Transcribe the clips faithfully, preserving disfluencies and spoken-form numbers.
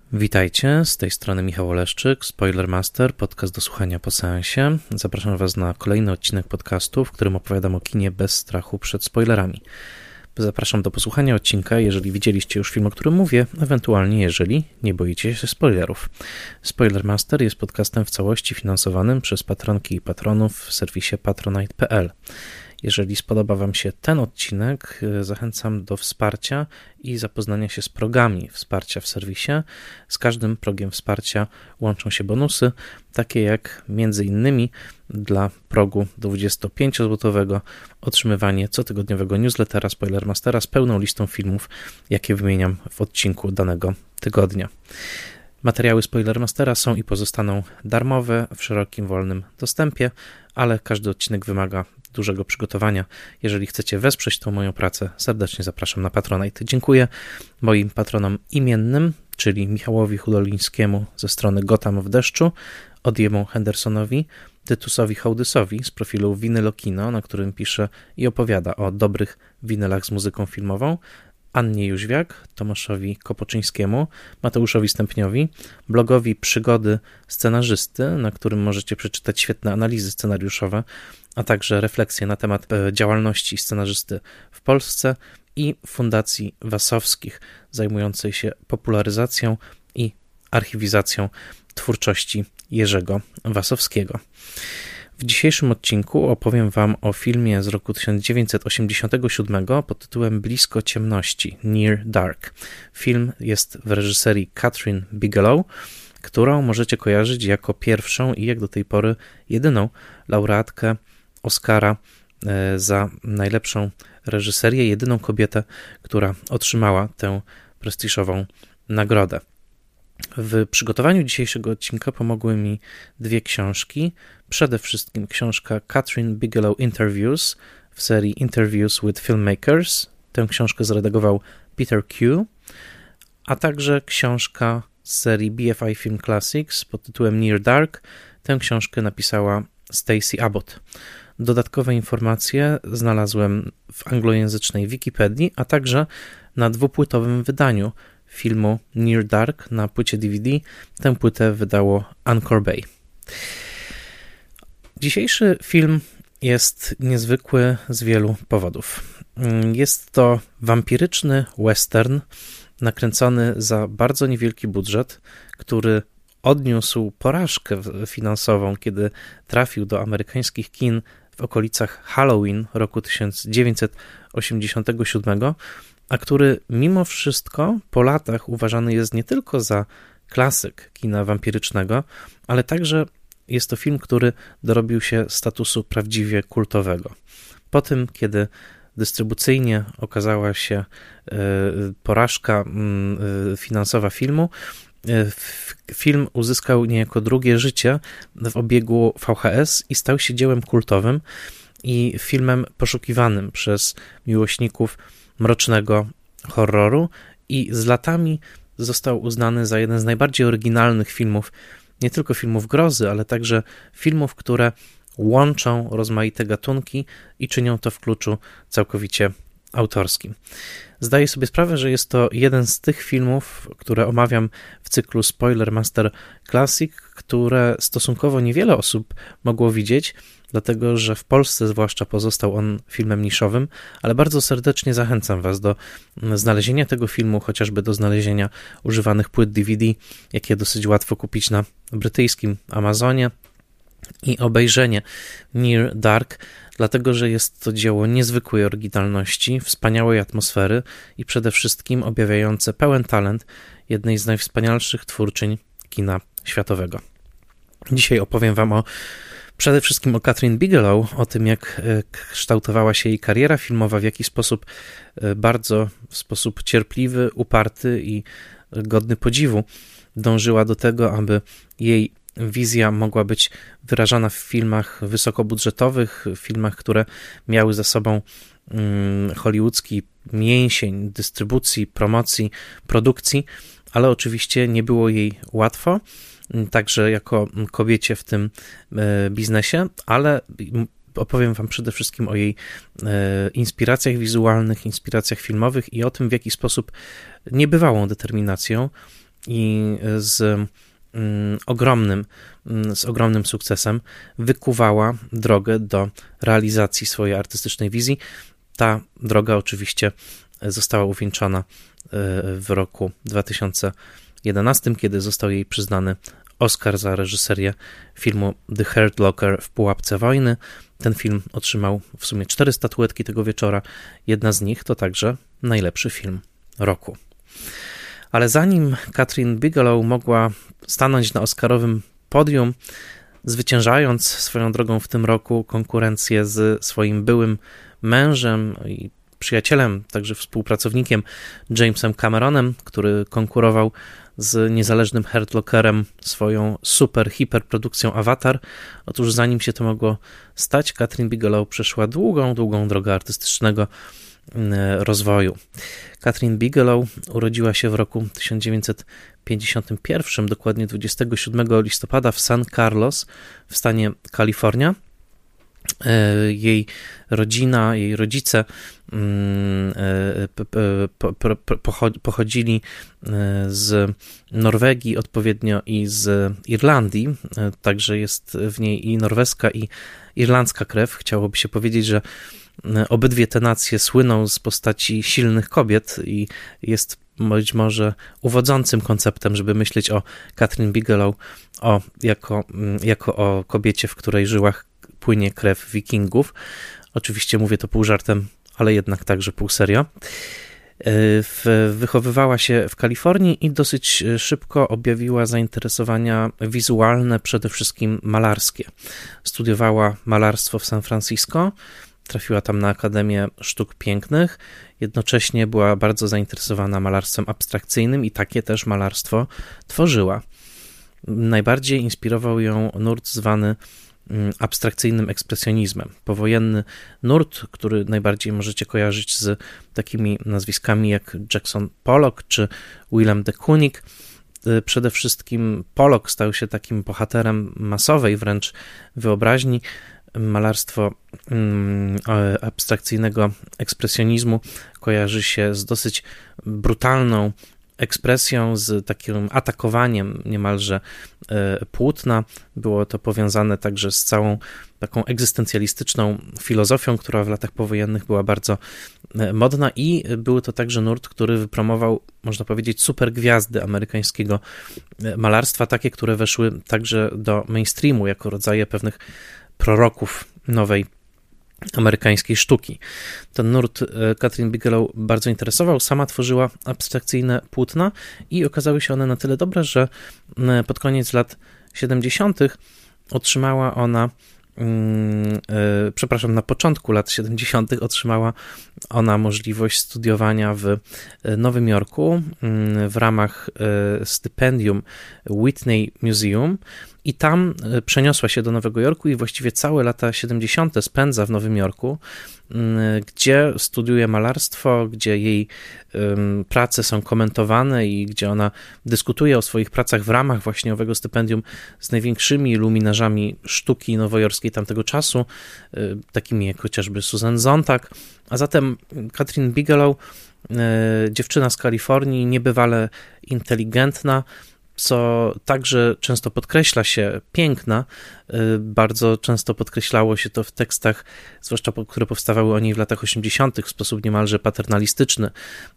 Witajcie, z tej strony Michał Oleszczyk, Spoilermaster, podcast do słuchania po seansie. Zapraszam Was na kolejny odcinek podcastu, w którym opowiadam o kinie bez strachu przed spoilerami. Zapraszam do posłuchania odcinka, jeżeli widzieliście już film, o którym mówię, ewentualnie jeżeli nie boicie się spoilerów. Spoilermaster jest podcastem w całości finansowanym przez patronki i patronów w serwisie patronite kropka p l. Jeżeli spodoba Wam się ten odcinek, zachęcam do wsparcia i zapoznania się z progami wsparcia w serwisie. Z każdym progiem wsparcia łączą się bonusy, takie jak między innymi dla progu dwudziestopięciozłotowego otrzymywanie cotygodniowego newslettera Spoilermastera z pełną listą filmów, jakie wymieniam w odcinku danego tygodnia. Materiały Spoilermastera są i pozostaną darmowe, w szerokim, wolnym dostępie, ale każdy odcinek wymaga dużego przygotowania. Jeżeli chcecie wesprzeć tą moją pracę, serdecznie zapraszam na Patronite. Dziękuję moim patronom imiennym, czyli Michałowi Hudolińskiemu ze strony Gotham w deszczu, Odiemu Hendersonowi, Tytusowi Hołdysowi z profilu Winylokino, na którym pisze i opowiada o dobrych winylach z muzyką filmową, Annie Jóźwiak, Tomaszowi Kopoczyńskiemu, Mateuszowi Stępniowi, blogowi Przygody Scenarzysty, na którym możecie przeczytać świetne analizy scenariuszowe, a także refleksje na temat działalności scenarzysty w Polsce i Fundacji Wasowskich, zajmującej się popularyzacją i archiwizacją twórczości Jerzego Wasowskiego. W dzisiejszym odcinku opowiem Wam o filmie z roku tysiąc dziewięćset osiemdziesiątego siódmego pod tytułem Blisko ciemności, Near Dark. Film jest w reżyserii Kathryn Bigelow, którą możecie kojarzyć jako pierwszą i jak do tej pory jedyną laureatkę Oscara za najlepszą reżyserię, jedyną kobietę, która otrzymała tę prestiżową nagrodę. W przygotowaniu dzisiejszego odcinka pomogły mi dwie książki. Przede wszystkim książka Kathryn Bigelow Interviews w serii Interviews with Filmmakers. Tę książkę zredagował Peter Q, a także książka z serii B F I Film Classics pod tytułem Near Dark. Tę książkę napisała Stacey Abbott. Dodatkowe informacje znalazłem w anglojęzycznej Wikipedii, a także na dwupłytowym wydaniu filmu Near Dark na płycie D V D. Tę płytę wydało Anchor Bay. Dzisiejszy film jest niezwykły z wielu powodów. Jest to wampiryczny western nakręcony za bardzo niewielki budżet, który odniósł porażkę finansową, kiedy trafił do amerykańskich kin w okolicach Halloween roku tysiąc dziewięćset osiemdziesiątego siódmego, a który mimo wszystko po latach uważany jest nie tylko za klasyk kina wampirycznego, ale także jest to film, który dorobił się statusu prawdziwie kultowego. Po tym, kiedy dystrybucyjnie okazała się porażka finansowa filmu, film uzyskał niejako drugie życie w obiegu V H S i stał się dziełem kultowym i filmem poszukiwanym przez miłośników mrocznego horroru i z latami został uznany za jeden z najbardziej oryginalnych filmów, nie tylko filmów grozy, ale także filmów, które łączą rozmaite gatunki i czynią to w kluczu całkowicie autorskim. Zdaję sobie sprawę, że jest to jeden z tych filmów, które omawiam w cyklu Spoilermaster Classic, które stosunkowo niewiele osób mogło widzieć, dlatego że w Polsce zwłaszcza pozostał on filmem niszowym, ale bardzo serdecznie zachęcam Was do znalezienia tego filmu, chociażby do znalezienia używanych płyt D V D, jakie dosyć łatwo kupić na brytyjskim Amazonie, i obejrzenie Near Dark, dlatego że jest to dzieło niezwykłej oryginalności, wspaniałej atmosfery i przede wszystkim objawiające pełen talent jednej z najwspanialszych twórczyń kina światowego. Dzisiaj opowiem Wam o przede wszystkim o Kathryn Bigelow, o tym, jak kształtowała się jej kariera filmowa, w jaki sposób bardzo w sposób cierpliwy, uparty i godny podziwu dążyła do tego, aby jej wizja mogła być wyrażana w filmach wysokobudżetowych, filmach, które miały za sobą hollywoodzki mięsień dystrybucji, promocji, produkcji, ale oczywiście nie było jej łatwo, także jako kobiecie w tym biznesie, ale opowiem Wam przede wszystkim o jej inspiracjach wizualnych, inspiracjach filmowych i o tym, w jaki sposób niebywałą determinacją i z mm, ogromnym, mm, z ogromnym sukcesem wykuwała drogę do realizacji swojej artystycznej wizji. Ta droga oczywiście została uwieńczona w roku dwa tysiące jedenastym, kiedy został jej przyznany Oscar za reżyserię filmu The Hurt Locker w pułapce wojny. Ten film otrzymał w sumie cztery statuetki tego wieczora. Jedna z nich to także najlepszy film roku. Ale zanim Kathryn Bigelow mogła stanąć na oscarowym podium, zwyciężając swoją drogą w tym roku konkurencję z swoim byłym mężem i przyjacielem, także współpracownikiem Jamesem Cameronem, który konkurował z niezależnym Hurt Lockerem swoją super, hiperprodukcją Avatar. Otóż zanim się to mogło stać, Kathryn Bigelow przeszła długą, długą drogę artystycznego rozwoju. Kathryn Bigelow urodziła się w roku tysiąc dziewięćset pięćdziesiątym pierwszym, dokładnie dwudziestego siódmego listopada w San Carlos w stanie Kalifornia. Jej rodzina, jej rodzice pochodzili z Norwegii odpowiednio i z Irlandii, także jest w niej i norweska, i irlandzka krew. Chciałoby się powiedzieć, że obydwie te nacje słyną z postaci silnych kobiet i jest być może uwodzącym konceptem, żeby myśleć o Kathryn Bigelow o, jako, jako o kobiecie, w której żyłach płynie krew wikingów. Oczywiście mówię to pół żartem, ale jednak także pół serio. Wychowywała się w Kalifornii i dosyć szybko objawiła zainteresowania wizualne, przede wszystkim malarskie. Studiowała malarstwo w San Francisco, trafiła tam na Akademię Sztuk Pięknych, jednocześnie była bardzo zainteresowana malarstwem abstrakcyjnym i takie też malarstwo tworzyła. Najbardziej inspirował ją nurt zwany abstrakcyjnym ekspresjonizmem. Powojenny nurt, który najbardziej możecie kojarzyć z takimi nazwiskami jak Jackson Pollock czy Willem de Kooning. Przede wszystkim Pollock stał się takim bohaterem masowej wręcz wyobraźni. Malarstwo abstrakcyjnego ekspresjonizmu kojarzy się z dosyć brutalną ekspresją, z takim atakowaniem niemalże płótna. Było to powiązane także z całą taką egzystencjalistyczną filozofią, która w latach powojennych była bardzo modna i był to także nurt, który wypromował, można powiedzieć, supergwiazdy amerykańskiego malarstwa, takie, które weszły także do mainstreamu jako rodzaje pewnych proroków nowej amerykańskiej sztuki. Ten nurt Kathryn Bigelow bardzo interesował, sama tworzyła abstrakcyjne płótna i okazały się one na tyle dobre, że pod koniec lat siedemdziesiątych otrzymała ona Yy, przepraszam, na początku lat siedemdziesiątych otrzymała ona możliwość studiowania w Nowym Jorku yy, w ramach yy, stypendium Whitney Museum i tam przeniosła się do Nowego Jorku i właściwie całe lata siedemdziesiąte spędza w Nowym Jorku, gdzie studiuje malarstwo, gdzie jej prace są komentowane i gdzie ona dyskutuje o swoich pracach w ramach właśnie owego stypendium z największymi luminarzami sztuki nowojorskiej tamtego czasu, takimi jak chociażby Susan Sontag. A zatem Kathryn Bigelow, dziewczyna z Kalifornii, niebywale inteligentna, co także często podkreśla się, piękna. Bardzo często podkreślało się to w tekstach, zwłaszcza które powstawały o niej w latach osiemdziesiątych w sposób niemalże paternalistyczny,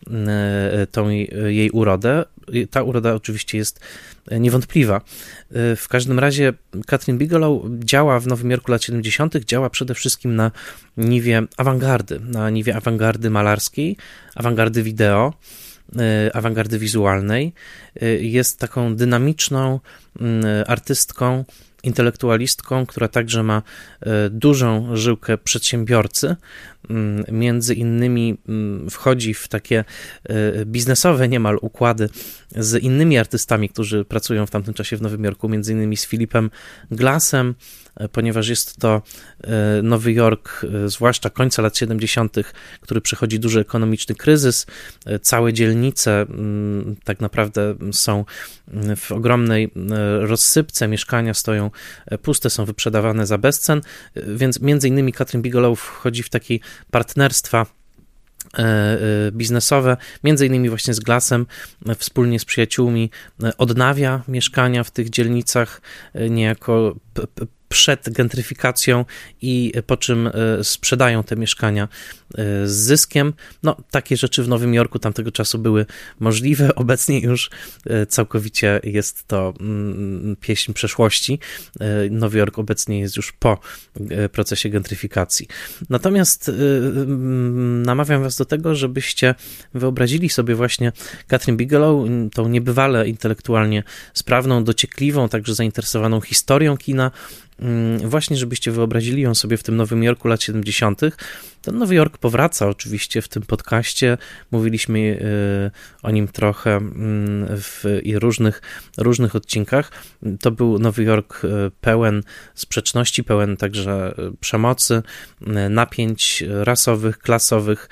tą jej urodę. Ta uroda oczywiście jest niewątpliwa. W każdym razie Kathryn Bigelow działa w Nowym Jorku lat siedemdziesiątych, działa przede wszystkim na niwie awangardy, na niwie awangardy malarskiej, awangardy wideo, awangardy wizualnej. Jest taką dynamiczną artystką, intelektualistką, która także ma dużą żyłkę przedsiębiorcy. Między innymi wchodzi w takie biznesowe niemal układy z innymi artystami, którzy pracują w tamtym czasie w Nowym Jorku, między innymi z Philipem Glassem, ponieważ jest to Nowy Jork, zwłaszcza końca lat siedemdziesiątych, który przechodzi duży ekonomiczny kryzys. Całe dzielnice tak naprawdę są w ogromnej rozsypce, mieszkania stoją puste, są wyprzedawane za bezcen, więc między innymi Kathryn Bigelow wchodzi w takie partnerstwa biznesowe, między innymi właśnie z Glassem, wspólnie z przyjaciółmi odnawia mieszkania w tych dzielnicach niejako p- p- przed gentryfikacją i po czym sprzedają te mieszkania z zyskiem. No, takie rzeczy w Nowym Jorku tamtego czasu były możliwe. Obecnie już całkowicie jest to pieśń przeszłości. Nowy Jork obecnie jest już po procesie gentryfikacji. Natomiast namawiam was do tego, żebyście wyobrazili sobie właśnie Kathryn Bigelow, tą niebywale intelektualnie sprawną, dociekliwą, także zainteresowaną historią kina, właśnie żebyście wyobrazili ją sobie w tym Nowym Jorku lat siedemdziesiątych. Ten Nowy Jork powraca oczywiście w tym podcaście, mówiliśmy o nim trochę w i różnych, różnych odcinkach. To był Nowy Jork pełen sprzeczności, pełen także przemocy, napięć rasowych, klasowych,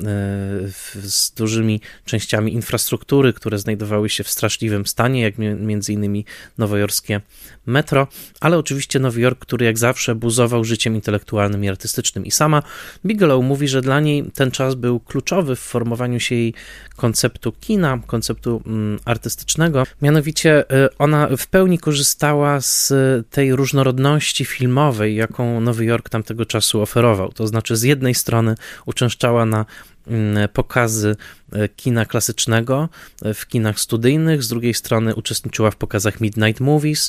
z dużymi częściami infrastruktury, które znajdowały się w straszliwym stanie, jak między innymi nowojorskie metro, ale oczywiście Nowy Jork, który jak zawsze buzował życiem intelektualnym i artystycznym. I sama Bigelow mówi, że dla niej ten czas był kluczowy w formowaniu się jej konceptu kina, konceptu mm, artystycznego. Mianowicie ona w pełni korzystała z tej różnorodności filmowej, jaką Nowy Jork tamtego czasu oferował. To znaczy z jednej strony uczęszczała na pokazy kina klasycznego w kinach studyjnych, z drugiej strony uczestniczyła w pokazach Midnight Movies,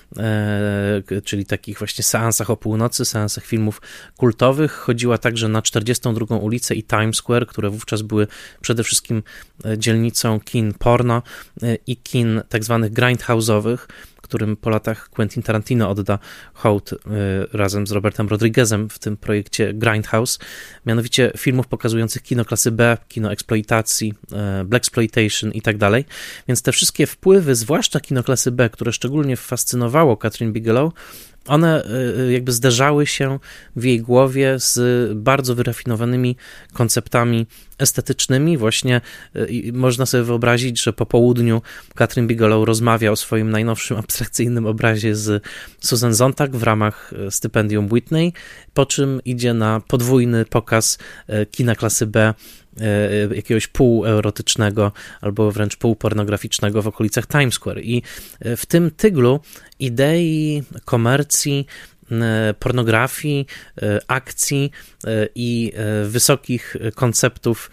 czyli takich właśnie seansach o północy, seansach filmów kultowych. Chodziła także na czterdziestą drugą ulicę i Times Square, które wówczas były przede wszystkim dzielnicą kin porno i kin tak zwanych grindhouse'owych, którym po latach Quentin Tarantino odda hołd y, razem z Robertem Rodriguezem w tym projekcie Grindhouse, mianowicie filmów pokazujących kino klasy B, kino eksploitacji, y, blaxploitation i tak dalej. Więc te wszystkie wpływy, zwłaszcza kino klasy B, które szczególnie fascynowało Kathryn Bigelow, one jakby zderzały się w jej głowie z bardzo wyrafinowanymi konceptami estetycznymi. Właśnie można sobie wyobrazić, że po południu Kathryn Bigelow rozmawia o swoim najnowszym abstrakcyjnym obrazie z Susan Sontag w ramach stypendium Whitney, po czym idzie na podwójny pokaz kina klasy B, jakiegoś półerotycznego albo wręcz półpornograficznego w okolicach Times Square. I w tym tyglu idei, komercji, pornografii, akcji i wysokich konceptów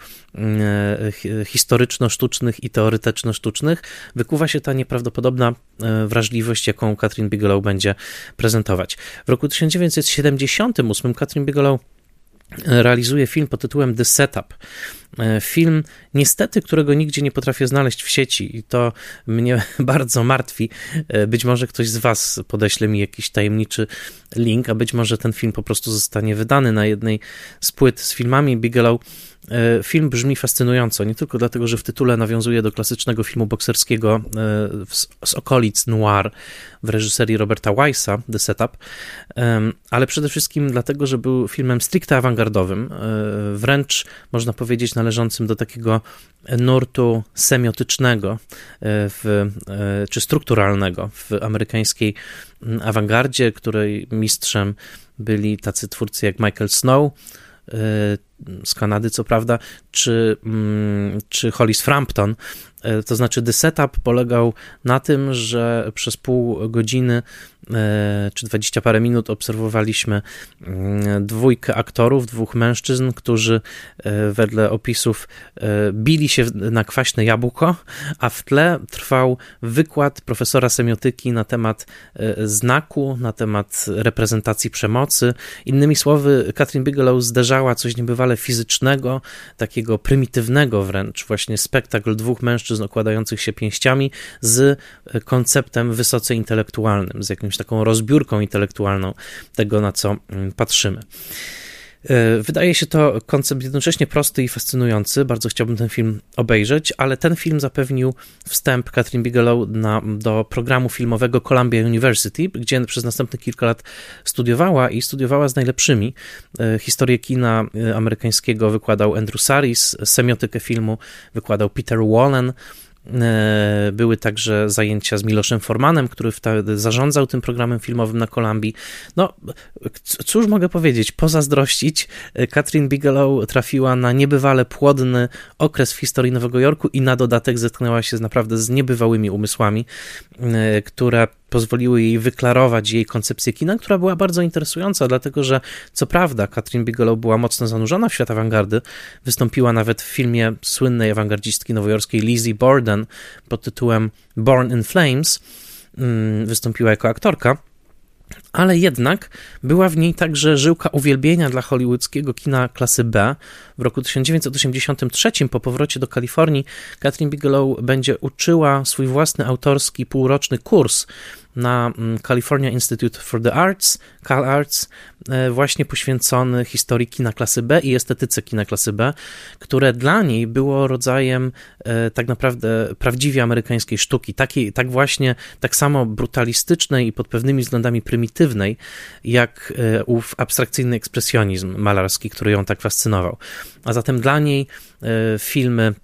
historyczno-sztucznych i teoretyczno-sztucznych wykuwa się ta nieprawdopodobna wrażliwość, jaką Kathryn Bigelow będzie prezentować. W roku tysiąc dziewięćset siedemdziesiątym ósmym Kathryn Bigelow realizuje film pod tytułem The Setup. Film, niestety, którego nigdzie nie potrafię znaleźć w sieci i to mnie bardzo martwi. Być może ktoś z was podeśle mi jakiś tajemniczy link, a być może ten film po prostu zostanie wydany na jednej z płyt z filmami Bigelow. Film brzmi fascynująco, nie tylko dlatego, że w tytule nawiązuje do klasycznego filmu bokserskiego z okolic noir w reżyserii Roberta Weissa, The Setup, ale przede wszystkim dlatego, że był filmem stricte awangardowym, wręcz można powiedzieć należącym do takiego nurtu semiotycznego w, czy strukturalnego w amerykańskiej awangardzie, której mistrzem byli tacy twórcy jak Michael Snow, z Kanady, co prawda, czy, czy Hollis Frampton. To znaczy The Setup polegał na tym, że przez pół godziny czy dwadzieścia parę minut obserwowaliśmy dwójkę aktorów, dwóch mężczyzn, którzy wedle opisów bili się na kwaśne jabłko, a w tle trwał wykład profesora semiotyki na temat znaku, na temat reprezentacji przemocy. Innymi słowy, Kathryn Bigelow zderzała coś niebywale fizycznego, takiego prymitywnego wręcz, właśnie spektakl dwóch mężczyzn okładających się pięściami z konceptem wysoce intelektualnym, z jakimś taką rozbiórką intelektualną tego, na co patrzymy. Wydaje się to koncept jednocześnie prosty i fascynujący. Bardzo chciałbym ten film obejrzeć, ale ten film zapewnił wstęp Kathryn Bigelow na, do programu filmowego Columbia University, gdzie przez następnych kilka lat studiowała i studiowała z najlepszymi. Historię kina amerykańskiego wykładał Andrew Saris, semiotykę filmu wykładał Peter Wallen, Były także zajęcia z Miloszem Formanem, który wtedy zarządzał tym programem filmowym na Columbii. No, cóż mogę powiedzieć, pozazdrościć. Kathryn Bigelow trafiła na niebywale płodny okres w historii Nowego Jorku i na dodatek zetknęła się z naprawdę z niebywałymi umysłami, które pozwoliły jej wyklarować jej koncepcję kina, która była bardzo interesująca, dlatego że co prawda Kathryn Bigelow była mocno zanurzona w świat awangardy, wystąpiła nawet w filmie słynnej awangardzistki nowojorskiej Lizzie Borden pod tytułem Born in Flames, wystąpiła jako aktorka, ale jednak była w niej także żyłka uwielbienia dla hollywoodzkiego kina klasy B. W roku tysiąc dziewięćset osiemdziesiątym trzecim po powrocie do Kalifornii Kathryn Bigelow będzie uczyła swój własny autorski półroczny kurs na California Institute for the Arts, CalArts, właśnie poświęcony historii kina klasy B i estetyce kina klasy B, które dla niej było rodzajem tak naprawdę prawdziwie amerykańskiej sztuki, takiej, tak właśnie, tak samo brutalistycznej i pod pewnymi względami prymitywnej, jak ów abstrakcyjny ekspresjonizm malarski, który ją tak fascynował. A zatem dla niej filmy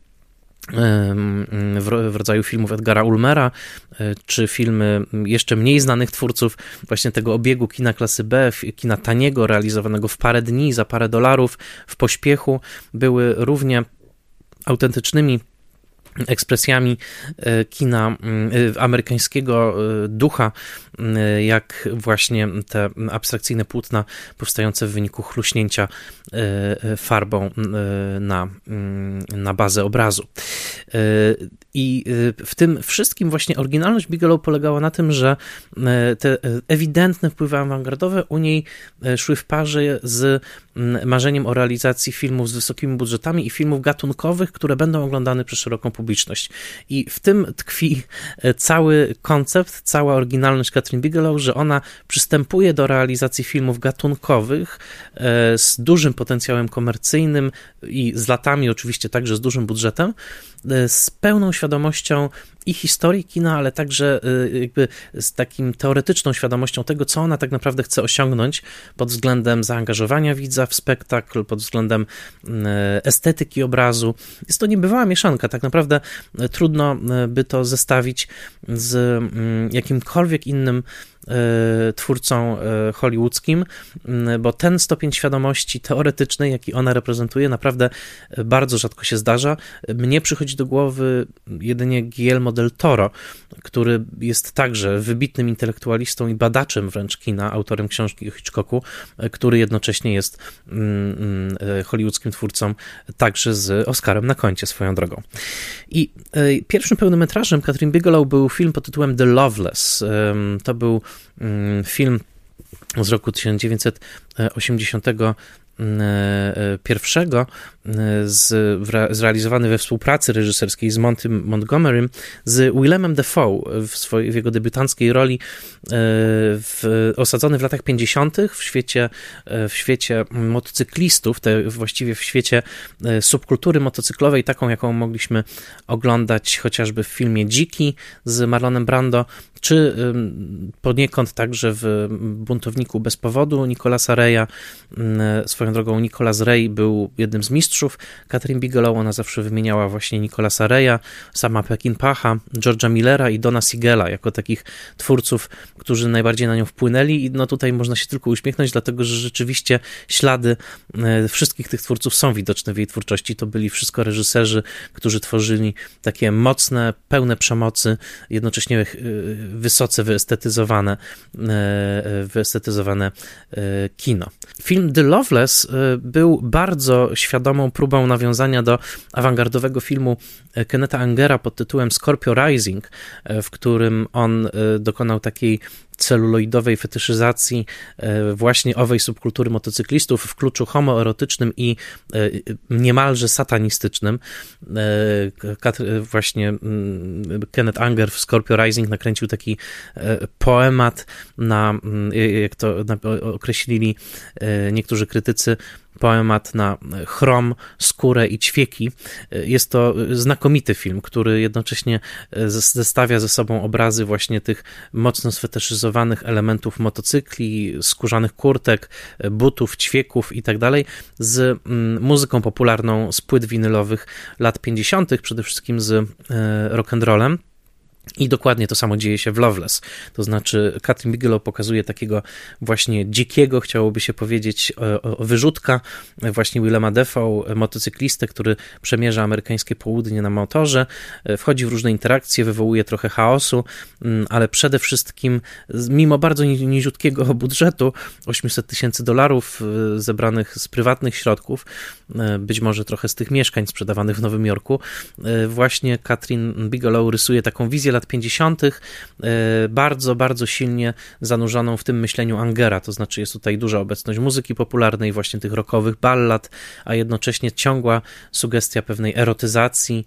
w rodzaju filmów Edgara Ulmera, czy filmy jeszcze mniej znanych twórców właśnie tego obiegu kina klasy B, kina taniego, realizowanego w parę dni, za parę dolarów, w pośpiechu, były równie autentycznymi ekspresjami kina amerykańskiego ducha, jak właśnie te abstrakcyjne płótna powstające w wyniku chluśnięcia farbą na, na bazę obrazu. I w tym wszystkim właśnie oryginalność Bigelow polegała na tym, że te ewidentne wpływy awangardowe u niej szły w parze z marzeniem o realizacji filmów z wysokimi budżetami i filmów gatunkowych, które będą oglądane przez szeroką publiczność. I w tym tkwi cały koncept, cała oryginalność Kathryn Bigelow, że ona przystępuje do realizacji filmów gatunkowych z dużym potencjałem komercyjnym i z latami oczywiście także z dużym budżetem, z pełną świadomością i historii kina, ale także jakby z takim teoretyczną świadomością tego, co ona tak naprawdę chce osiągnąć pod względem zaangażowania widza w spektakl, pod względem estetyki obrazu. Jest to niebywała mieszanka. Tak naprawdę trudno by to zestawić z jakimkolwiek innym twórcą hollywoodzkim, bo ten stopień świadomości teoretycznej, jaki ona reprezentuje, naprawdę bardzo rzadko się zdarza. Mnie przychodzi do głowy jedynie Guillermo del Toro, który jest także wybitnym intelektualistą i badaczem wręcz kina, autorem książki o Hitchcocku, który jednocześnie jest hollywoodzkim twórcą także z Oscarem na koncie swoją drogą. I pierwszym pełnometrażem Kathryn Bigelow był film pod tytułem The Loveless. To był film z roku tysiąc dziewięćset osiemdziesiątego pierwszego, z, zrealizowany we współpracy reżyserskiej z Montym Montgomerym, z Willemem Dafoe w, swojej, w jego debiutanckiej roli, w, osadzony w latach pięćdziesiątych w świecie, w świecie motocyklistów, te, właściwie w świecie subkultury motocyklowej, taką jaką mogliśmy oglądać chociażby w filmie Dziki z Marlonem Brando, czy poniekąd także w Buntowniku bez powodu Nicolasa Reya. Swoją drogą Nicolas Ray był jednym z mistrzów Kathryn Bigelow, ona zawsze wymieniała właśnie Nicolasa Reya, sama Peckinpaha, George'a Millera i Dona Siegela jako takich twórców, którzy najbardziej na nią wpłynęli i no tutaj można się tylko uśmiechnąć, dlatego że rzeczywiście ślady wszystkich tych twórców są widoczne w jej twórczości. To byli wszystko reżyserzy, którzy tworzyli takie mocne, pełne przemocy, jednocześnie wysoce wyestetyzowane, wyestetyzowane kino. Film The Loveless był bardzo świadomą próbą nawiązania do awangardowego filmu Kennetha Angera pod tytułem Scorpio Rising, w którym on dokonał takiej celuloidowej fetyszyzacji właśnie owej subkultury motocyklistów w kluczu homoerotycznym i niemalże satanistycznym. Właśnie Kenneth Anger w Scorpio Rising nakręcił taki poemat na, jak to określili niektórzy krytycy, poemat na chrom, skórę i ćwieki. Jest to znakomity film, który jednocześnie zestawia ze sobą obrazy właśnie tych mocno sfetyszyzowanych wyluzowanych elementów motocykli, skórzanych kurtek, butów, ćwieków i tak dalej, z muzyką popularną z płyt winylowych lat pięćdziesiątych, przede wszystkim z rock'n'rollem. I dokładnie to samo dzieje się w Loveless. To znaczy Kathryn Bigelow pokazuje takiego właśnie dzikiego, chciałoby się powiedzieć, wyrzutka, właśnie Willema Dafoe, motocyklistę, który przemierza amerykańskie południe na motorze, wchodzi w różne interakcje, wywołuje trochę chaosu, ale przede wszystkim mimo bardzo niziutkiego budżetu, osiemset tysięcy dolarów zebranych z prywatnych środków, być może trochę z tych mieszkań sprzedawanych w Nowym Jorku, właśnie Kathryn Bigelow rysuje taką wizję lat pięćdziesiątych, bardzo, bardzo silnie zanurzoną w tym myśleniu Angera, to znaczy jest tutaj duża obecność muzyki popularnej, właśnie tych rockowych ballad, a jednocześnie ciągła sugestia pewnej erotyzacji,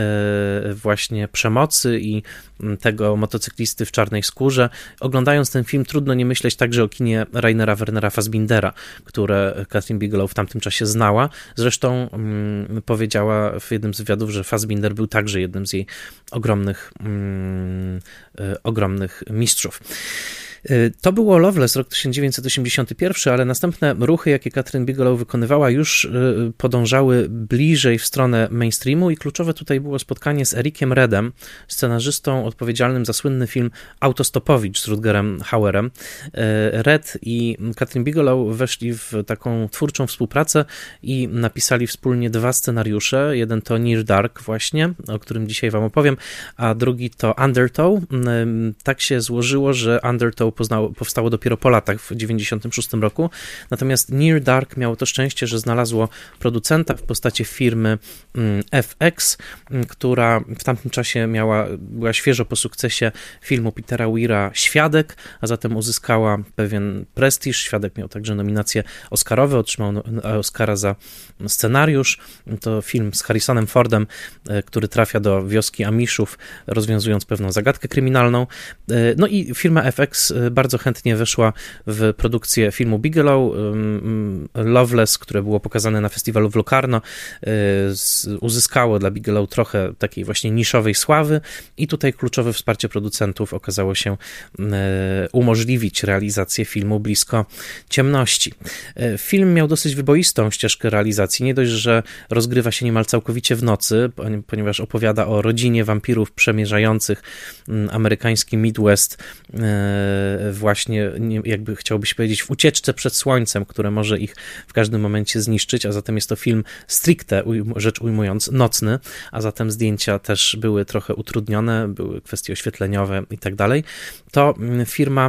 właśnie przemocy i tego motocyklisty w czarnej skórze. Oglądając ten film trudno nie myśleć także o kinie Rainera Wernera Fassbindera, które Kathryn Bigelow w tamtym czasie znała. Zresztą mm, powiedziała w jednym z wywiadów, że Fassbinder był także jednym z jej ogromnych, mm, y, ogromnych mistrzów. To było Loveless, rok tysiąc dziewięćset osiemdziesiąty pierwszy, ale następne ruchy, jakie Kathryn Bigelow wykonywała, już podążały bliżej w stronę mainstreamu i kluczowe tutaj było spotkanie z Ericiem Redem, scenarzystą odpowiedzialnym za słynny film Autostopowicz z Rutgerem Hauerem. Red i Kathryn Bigelow weszli w taką twórczą współpracę i napisali wspólnie dwa scenariusze. Jeden to Near Dark właśnie, o którym dzisiaj wam opowiem, a drugi to Undertow. Tak się złożyło, że Undertow Poznało, powstało dopiero po latach, w dziewięćdziesiątym szóstym roku. Natomiast Near Dark miało to szczęście, że znalazło producenta w postaci firmy F X, która w tamtym czasie miała, była świeżo po sukcesie filmu Petera Weira Świadek, a zatem uzyskała pewien prestiż. Świadek miał także nominacje Oscarowe, otrzymał Oscara za scenariusz. To film z Harrisonem Fordem, który trafia do wioski Amishów, rozwiązując pewną zagadkę kryminalną. No i firma F X bardzo chętnie weszła w produkcję filmu Bigelow. Loveless, które było pokazane na festiwalu w Locarno, uzyskało dla Bigelow trochę takiej właśnie niszowej sławy i tutaj kluczowe wsparcie producentów okazało się umożliwić realizację filmu Blisko ciemności. Film miał dosyć wyboistą ścieżkę realizacji. Nie dość, że rozgrywa się niemal całkowicie w nocy, ponieważ opowiada o rodzinie wampirów przemierzających amerykański Midwest, właśnie jakby chciałbyś powiedzieć w ucieczce przed słońcem, które może ich w każdym momencie zniszczyć, a zatem jest to film stricte, rzecz ujmując, nocny, a zatem zdjęcia też były trochę utrudnione, były kwestie oświetleniowe i tak dalej. To firma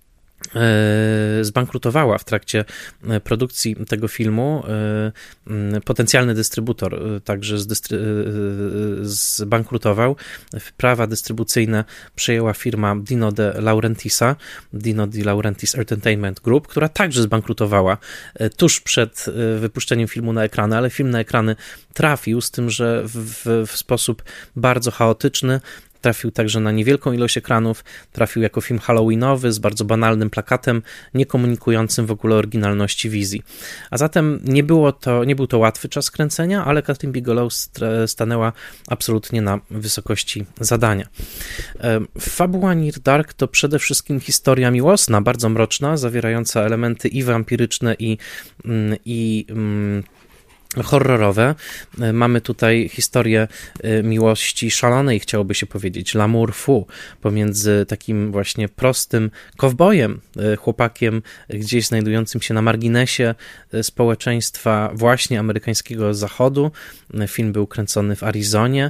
zbankrutowała w trakcie produkcji tego filmu. Potencjalny dystrybutor także zdystry- zbankrutował. Prawa dystrybucyjne przejęła firma Dino De Laurentisa, Dino De Laurentiis Entertainment Group, która także zbankrutowała tuż przed wypuszczeniem filmu na ekrany, ale film na ekrany trafił, z tym, że w, w sposób bardzo chaotyczny. Trafił także na niewielką ilość ekranów, trafił jako film halloweenowy z bardzo banalnym plakatem, nie komunikującym w ogóle oryginalności wizji. A zatem nie było to, nie był to łatwy czas kręcenia, ale Kathryn Bigelow stanęła absolutnie na wysokości zadania. Fabuła Near Dark to przede wszystkim historia miłosna, bardzo mroczna, zawierająca elementy i wampiryczne, i, i horrorowe. Mamy tutaj historię miłości szalonej, chciałoby się powiedzieć, l'amour fou, pomiędzy takim właśnie prostym kowbojem, chłopakiem gdzieś znajdującym się na marginesie społeczeństwa właśnie amerykańskiego zachodu. Film był kręcony w Arizonie.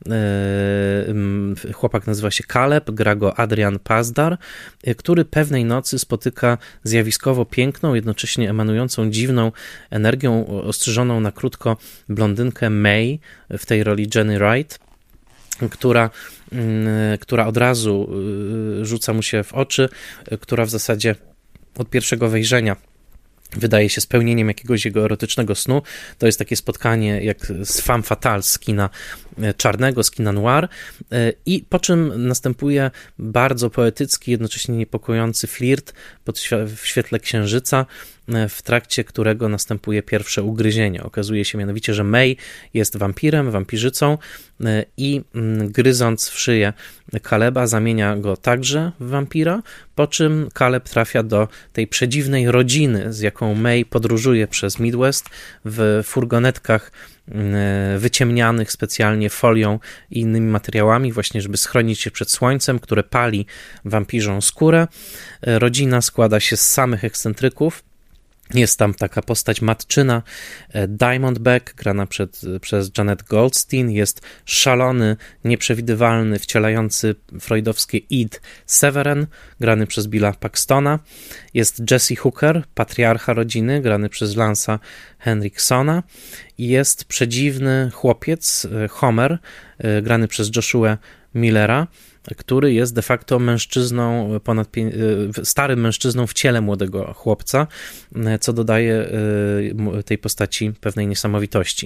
Chłopak nazywa się Caleb, gra go Adrian Pasdar, który pewnej nocy spotyka zjawiskowo piękną, jednocześnie emanującą dziwną energią, ostrzyżoną na krótko blondynkę May, w tej roli Jenny Wright, która, która od razu rzuca mu się w oczy, która w zasadzie od pierwszego wejrzenia wydaje się spełnieniem jakiegoś jego erotycznego snu. To jest takie spotkanie jak z femme fatale z kina czarnego, z kina noir, i po czym następuje bardzo poetycki, jednocześnie niepokojący flirt pod, w świetle księżyca w trakcie którego następuje pierwsze ugryzienie. Okazuje się mianowicie, że May jest wampirem, wampirzycą i gryząc w szyję Caleba zamienia go także w wampira, po czym Caleb trafia do tej przedziwnej rodziny, z jaką May podróżuje przez Midwest w furgonetkach wyciemnianych specjalnie folią i innymi materiałami, właśnie żeby schronić się przed słońcem, które pali wampirzą skórę. Rodzina składa się z samych ekscentryków. Jest tam taka postać matczyna, Diamondback, grana przed, przez Janet Goldstein. Jest szalony, nieprzewidywalny, wcielający freudowskie id Severin, grany przez Billa Paxtona. Jest Jesse Hooker, patriarcha rodziny, grany przez Lance'a Henriksona. I jest przedziwny chłopiec, Homer, grany przez Joshua Millera, który jest de facto mężczyzną, ponad starym mężczyzną w ciele młodego chłopca, co dodaje tej postaci pewnej niesamowitości.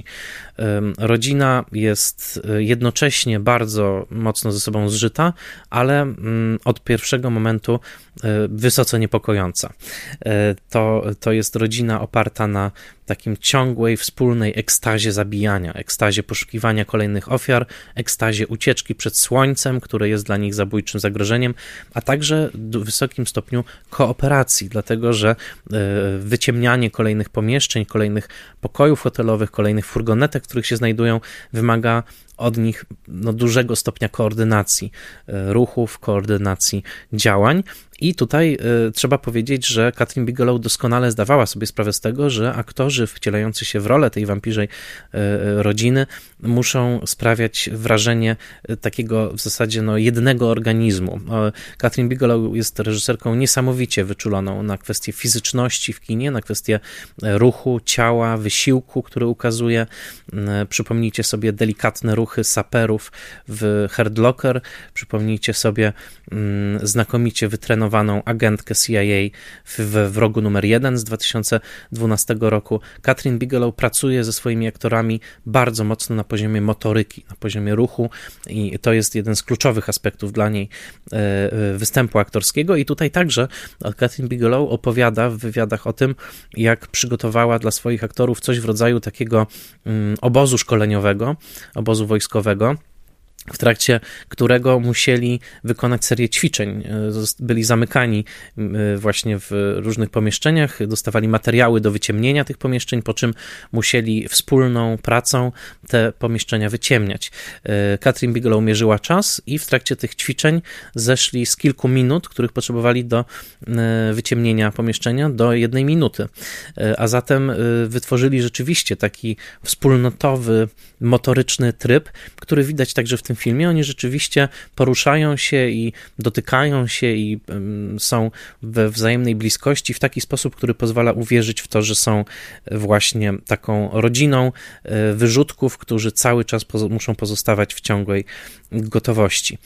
Rodzina jest jednocześnie bardzo mocno ze sobą zżyta, ale od pierwszego momentu wysoce niepokojąca. To, to jest rodzina oparta na takim ciągłej, wspólnej ekstazie zabijania, ekstazie poszukiwania kolejnych ofiar, ekstazie ucieczki przed słońcem, które jest dla nich zabójczym zagrożeniem, a także w wysokim stopniu kooperacji, dlatego że wyciemnianie kolejnych pomieszczeń, kolejnych pokojów hotelowych, kolejnych furgonetek, w których się znajdują, wymaga od nich no, dużego stopnia koordynacji ruchów, koordynacji działań. I tutaj y, trzeba powiedzieć, że Kathryn Bigelow doskonale zdawała sobie sprawę z tego, że aktorzy wcielający się w rolę tej wampirzej y, rodziny muszą sprawiać wrażenie takiego w zasadzie no, jednego organizmu. Kathryn Bigelow jest reżyserką niesamowicie wyczuloną na kwestię fizyczności w kinie, na kwestię ruchu, ciała, wysiłku, który ukazuje. Y, przypomnijcie sobie delikatne ruchy saperów w Hurt Locker, przypomnijcie sobie y, znakomicie wytrenowaną agentkę C I A w, w Wrogu numer jeden z dwa tysiące dwunastego roku. Kathryn Bigelow pracuje ze swoimi aktorami bardzo mocno na poziomie motoryki, na poziomie ruchu i to jest jeden z kluczowych aspektów dla niej występu aktorskiego i tutaj także Kathryn Bigelow opowiada w wywiadach o tym, jak przygotowała dla swoich aktorów coś w rodzaju takiego obozu szkoleniowego, obozu wojskowego, w trakcie którego musieli wykonać serię ćwiczeń. Byli zamykani właśnie w różnych pomieszczeniach, dostawali materiały do wyciemnienia tych pomieszczeń, po czym musieli wspólną pracą te pomieszczenia wyciemniać. Kathryn Bigelow mierzyła czas i w trakcie tych ćwiczeń zeszli z kilku minut, których potrzebowali do wyciemnienia pomieszczenia, do jednej minuty. A zatem wytworzyli rzeczywiście taki wspólnotowy, motoryczny tryb, który widać także w tym filmie. Oni rzeczywiście poruszają się i dotykają się i są we wzajemnej bliskości w taki sposób, który pozwala uwierzyć w to, że są właśnie taką rodziną wyrzutków, którzy cały czas muszą pozostawać w ciągłej gotowości.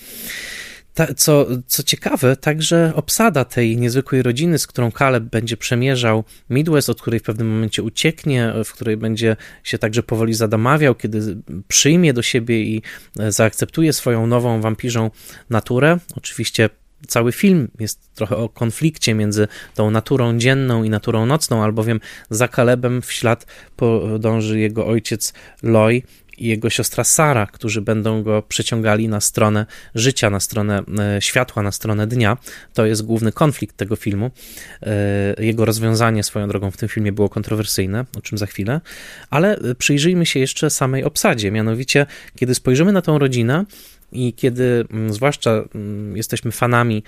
Ta, co, co ciekawe, także obsada tej niezwykłej rodziny, z którą Caleb będzie przemierzał Midwest, od której w pewnym momencie ucieknie, w której będzie się także powoli zadamawiał, kiedy przyjmie do siebie i zaakceptuje swoją nową wampirzą naturę. Oczywiście cały film jest trochę o konflikcie między tą naturą dzienną i naturą nocną, albowiem za Calebem w ślad podąży jego ojciec Loy i jego siostra Sara, którzy będą go przyciągali na stronę życia, na stronę światła, na stronę dnia. To jest główny konflikt tego filmu. Jego rozwiązanie swoją drogą w tym filmie było kontrowersyjne, o czym za chwilę, ale przyjrzyjmy się jeszcze samej obsadzie, mianowicie kiedy spojrzymy na tą rodzinę, i kiedy zwłaszcza jesteśmy fanami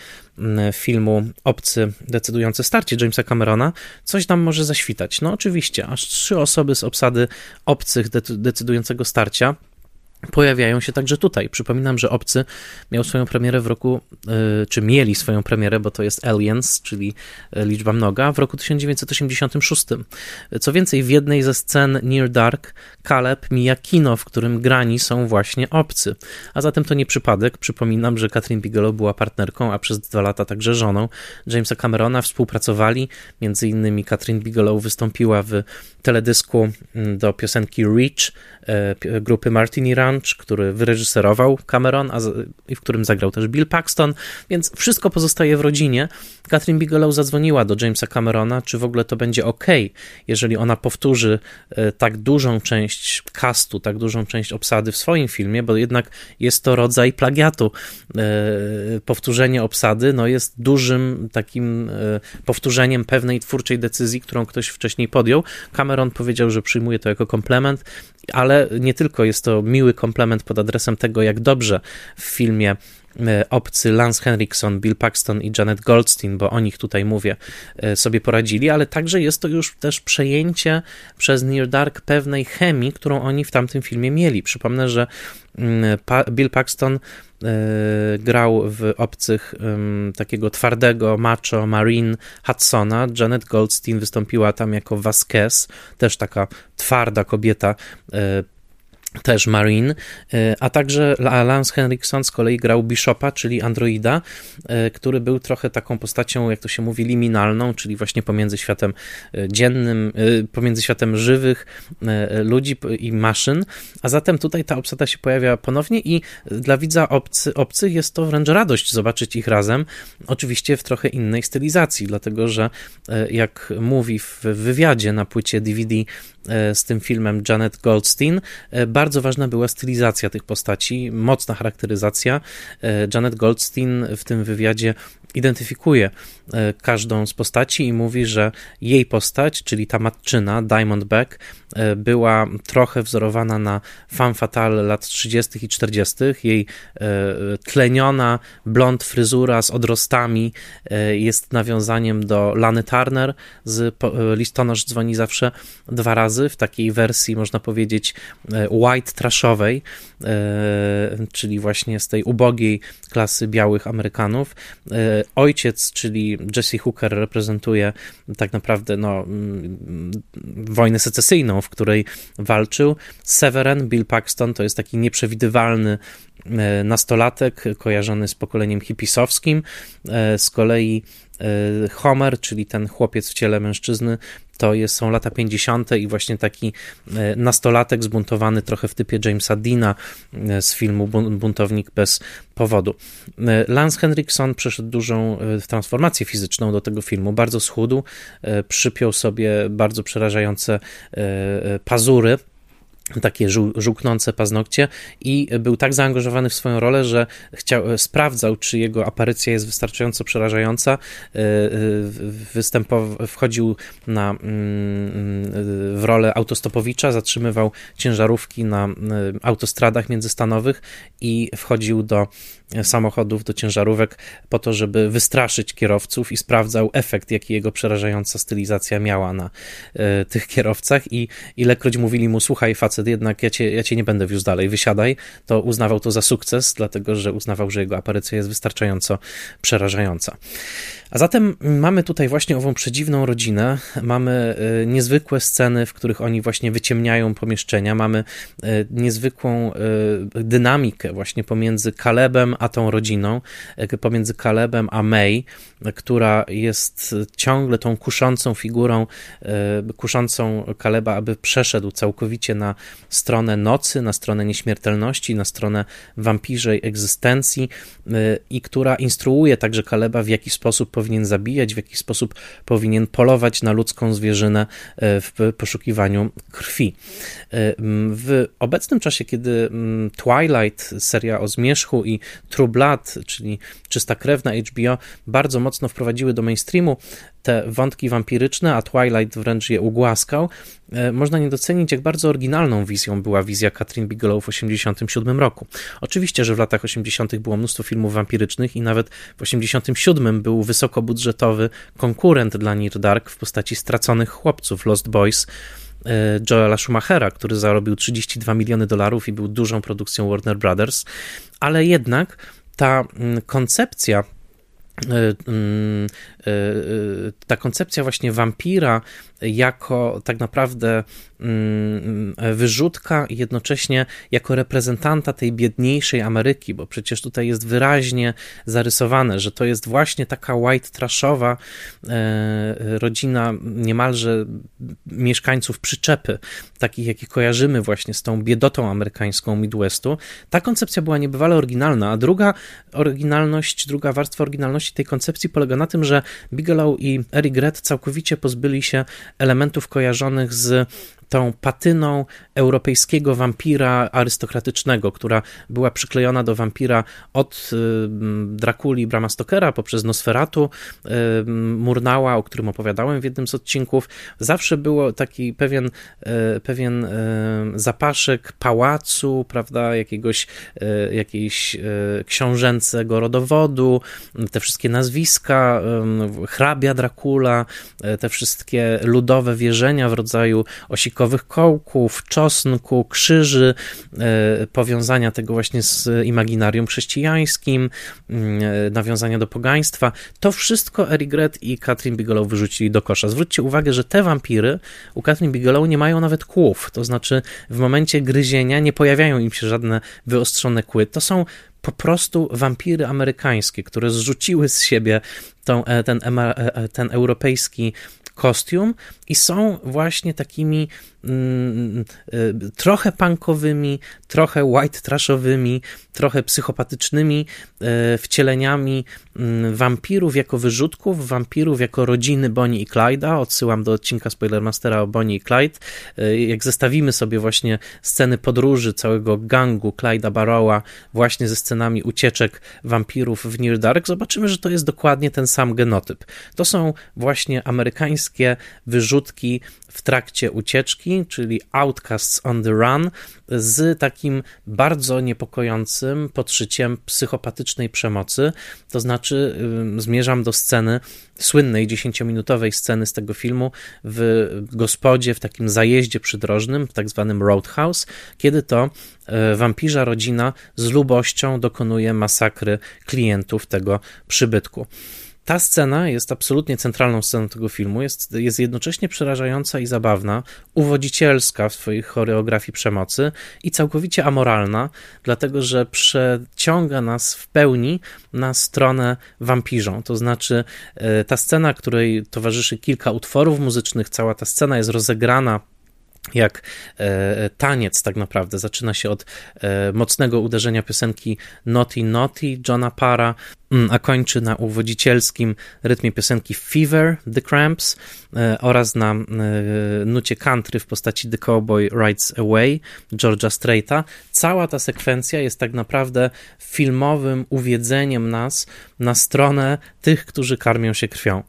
filmu Obcy, decydujące starcie Jamesa Camerona, coś nam może zaświtać. No oczywiście, aż trzy osoby z obsady Obcych, decydującego starcia pojawiają się także tutaj. Przypominam, że Obcy miał swoją premierę w roku, czy mieli swoją premierę, bo to jest Aliens, czyli liczba mnoga, w roku tysiąc dziewięćset osiemdziesiątym szóstym. Co więcej, w jednej ze scen Near Dark Caleb mija kino, w którym grani są właśnie Obcy. A zatem to nie przypadek. Przypominam, że Kathryn Bigelow była partnerką, a przez dwa lata także żoną Jamesa Camerona. Współpracowali, między innymi Kathryn Bigelow wystąpiła w teledysku do piosenki Reach grupy Martini Run, Punch, który wyreżyserował Cameron, a z, i w którym zagrał też Bill Paxton, więc wszystko pozostaje w rodzinie. Catherine Bigelow zadzwoniła do Jamesa Camerona, czy w ogóle to będzie ok, jeżeli ona powtórzy tak dużą część castu, tak dużą część obsady w swoim filmie, bo jednak jest to rodzaj plagiatu. Powtórzenie obsady no jest dużym takim powtórzeniem pewnej twórczej decyzji, którą ktoś wcześniej podjął. Cameron powiedział, że przyjmuje to jako komplement, ale nie tylko jest to miły komplement pod adresem tego, jak dobrze w filmie Obcy Lance Henriksen, Bill Paxton i Janet Goldstein, bo o nich tutaj mówię, sobie poradzili, ale także jest to już też przejęcie przez Near Dark pewnej chemii, którą oni w tamtym filmie mieli. Przypomnę, że Bill Paxton grał w Obcych takiego twardego macho Marine Hudsona. Janet Goldstein wystąpiła tam jako Vasquez, też taka twarda kobieta, też Marine, a także Lance Henriksen z kolei grał Bishopa, czyli androida, który był trochę taką postacią, jak to się mówi, liminalną, czyli właśnie pomiędzy światem dziennym, pomiędzy światem żywych ludzi i maszyn, a zatem tutaj ta obsada się pojawia ponownie i dla widza obcy, obcych jest to wręcz radość zobaczyć ich razem, oczywiście w trochę innej stylizacji, dlatego że jak mówi w wywiadzie na płycie D V D z tym filmem Janet Goldstein, bardzo ważna była stylizacja tych postaci, mocna charakteryzacja. Janet Goldstein w tym wywiadzie identyfikuje każdą z postaci i mówi, że jej postać, czyli ta matczyna, Diamondback, była trochę wzorowana na femme fatale lat trzydziestych i czterdziestych. Jej tleniona blond fryzura z odrostami jest nawiązaniem do Lany Turner z Listonosz dzwoni zawsze dwa razy, w takiej wersji, można powiedzieć, white trashowej, czyli właśnie z tej ubogiej klasy białych Amerykanów. Ojciec, czyli Jesse Hooker, reprezentuje tak naprawdę no, wojnę secesyjną, w której walczył. Severen, Bill Paxton, to jest taki nieprzewidywalny nastolatek kojarzony z pokoleniem hipisowskim. Z kolei Homer, czyli ten chłopiec w ciele mężczyzny, to jest, są lata pięćdziesiąte i właśnie taki nastolatek zbuntowany trochę w typie Jamesa Deana z filmu Buntownik bez powodu. Lance Henriksen przeszedł dużą transformację fizyczną do tego filmu, bardzo schudł, przypiął sobie bardzo przerażające pazury, takie żół, żółknące paznokcie i był tak zaangażowany w swoją rolę, że chciał, sprawdzał, czy jego aparycja jest wystarczająco przerażająca. Występował, wchodził na, w rolę autostopowicza, zatrzymywał ciężarówki na autostradach międzystanowych i wchodził do samochodów, do ciężarówek po to, żeby wystraszyć kierowców i sprawdzał efekt, jaki jego przerażająca stylizacja miała na y, tych kierowcach i ilekroć mówili mu, słuchaj facet, jednak ja cię, ja cię nie będę wiózł dalej, wysiadaj, to uznawał to za sukces, dlatego, że uznawał, że jego aparycja jest wystarczająco przerażająca. A zatem mamy tutaj właśnie ową przedziwną rodzinę, mamy y, niezwykłe sceny, w których oni właśnie wyciemniają pomieszczenia, mamy y, niezwykłą y, dynamikę właśnie pomiędzy Calebem a tą rodziną, y, pomiędzy Calebem a May, y, która jest ciągle tą kuszącą figurą, y, kuszącą Caleba, aby przeszedł całkowicie na stronę nocy, na stronę nieśmiertelności, na stronę wampirzej egzystencji y, i która instruuje także Caleba, w jaki sposób powinien zabijać, w jaki sposób powinien polować na ludzką zwierzynę w poszukiwaniu krwi. W obecnym czasie, kiedy Twilight, seria o zmierzchu i True Blood, czyli Czysta krew na H B O, bardzo mocno wprowadziły do mainstreamu te wątki wampiryczne, a Twilight wręcz je ugłaskał, można nie docenić, jak bardzo oryginalną wizją była wizja Catherine Bigelow w osiemdziesiątym siódmym roku. Oczywiście, że w latach osiemdziesiątych było mnóstwo filmów wampirycznych i nawet w osiemdziesiątym siódmym był wysokobudżetowy konkurent dla Near Dark w postaci Straconych chłopców, Lost Boys, Joela Schumachera, który zarobił trzydzieści dwa miliony dolarów i był dużą produkcją Warner Brothers, ale jednak ta koncepcja ta koncepcja właśnie wampira jako tak naprawdę wyrzutka i jednocześnie jako reprezentanta tej biedniejszej Ameryki, bo przecież tutaj jest wyraźnie zarysowane, że to jest właśnie taka white trashowa rodzina niemalże mieszkańców przyczepy, takich jakie kojarzymy właśnie z tą biedotą amerykańską Midwestu. Ta koncepcja była niebywale oryginalna, a druga oryginalność, druga warstwa oryginalności tej koncepcji polega na tym, że Bigelow i Eric Red całkowicie pozbyli się elementów kojarzonych z tą patyną europejskiego wampira arystokratycznego, która była przyklejona do wampira od Drakuli Brama Stokera poprzez Nosferatu, Murnała, o którym opowiadałem w jednym z odcinków. Zawsze było taki pewien, pewien zapaszek pałacu, prawda, jakiegoś, jakiejś książęcego rodowodu, te wszystkie nazwiska, hrabia Dracula, te wszystkie ludowe wierzenia w rodzaju osikowych kołków, czosnku, krzyży, powiązania tego właśnie z imaginarium chrześcijańskim, nawiązania do pogaństwa. To wszystko Eric Red i Kathryn Bigelow wyrzucili do kosza. Zwróćcie uwagę, że te wampiry u Kathryn Bigelow nie mają nawet kłów, to znaczy w momencie gryzienia nie pojawiają im się żadne wyostrzone kły. To są po prostu wampiry amerykańskie, które zrzuciły z siebie tą, ten, ten europejski kostium i są właśnie takimi mm, y, trochę punkowymi, trochę white trashowymi, trochę psychopatycznymi y, wcieleniami y, wampirów jako wyrzutków, wampirów jako rodziny Bonnie i Clyde'a. Odsyłam do odcinka Spoilermastera o Bonnie i Clyde. Y, jak zestawimy sobie właśnie sceny podróży całego gangu Clyde'a Barrowa właśnie ze scenami ucieczek wampirów w Near Dark, zobaczymy, że to jest dokładnie ten sam genotyp. To są właśnie amerykańskie wyrzutki w trakcie ucieczki, czyli Outcasts on the Run, z takim bardzo niepokojącym podszyciem psychopatycznej przemocy. To znaczy yy, zmierzam do sceny, słynnej dziesięciominutowej sceny z tego filmu w gospodzie, w takim zajeździe przydrożnym, w tak zwanym Roadhouse, kiedy to yy, wampirza rodzina z lubością dokonuje masakry klientów tego przybytku. Ta scena jest absolutnie centralną sceną tego filmu, jest, jest jednocześnie przerażająca i zabawna, uwodzicielska w swojej choreografii przemocy i całkowicie amoralna, dlatego że przeciąga nas w pełni na stronę wampirzą. To znaczy ta scena, której towarzyszy kilka utworów muzycznych, cała ta scena jest rozegrana jak e, taniec tak naprawdę. Zaczyna się od e, mocnego uderzenia piosenki Naughty Naughty Johna Parra, a kończy na uwodzicielskim rytmie piosenki Fever, The Cramps e, oraz na e, nucie country w postaci The Cowboy Rides Away, George'a Straita. Cała ta sekwencja jest tak naprawdę filmowym uwiedzeniem nas na stronę tych, którzy karmią się krwią.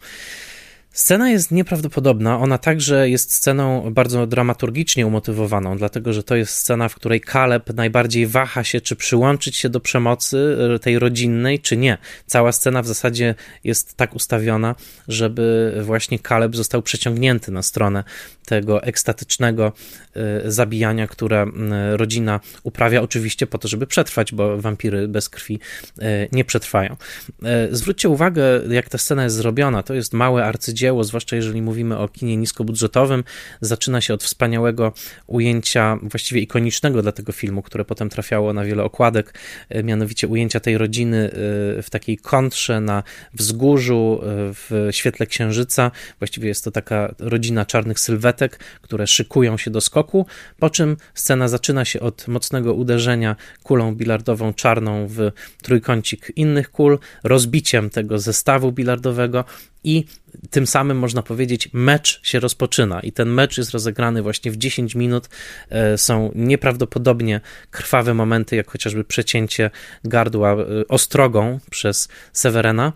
Scena jest nieprawdopodobna, ona także jest sceną bardzo dramaturgicznie umotywowaną, dlatego że to jest scena, w której Caleb najbardziej waha się, czy przyłączyć się do przemocy tej rodzinnej, czy nie. Cała scena w zasadzie jest tak ustawiona, żeby właśnie Caleb został przeciągnięty na stronę tego ekstatycznego zabijania, które rodzina uprawia, oczywiście po to, żeby przetrwać, bo wampiry bez krwi nie przetrwają. Zwróćcie uwagę, jak ta scena jest zrobiona, to jest małe arcydzieło, zwłaszcza jeżeli mówimy o kinie niskobudżetowym. Zaczyna się od wspaniałego ujęcia, właściwie ikonicznego dla tego filmu, które potem trafiało na wiele okładek, mianowicie ujęcia tej rodziny w takiej kontrze na wzgórzu, w świetle księżyca. Właściwie jest to taka rodzina czarnych sylwetek, które szykują się do skoku, po czym scena zaczyna się od mocnego uderzenia kulą bilardową czarną w trójkącik innych kul, rozbiciem tego zestawu bilardowego i tym samym można powiedzieć, mecz się rozpoczyna i ten mecz jest rozegrany właśnie w dziesięć minut. Są nieprawdopodobnie krwawe momenty, jak chociażby przecięcie gardła ostrogą przez Severena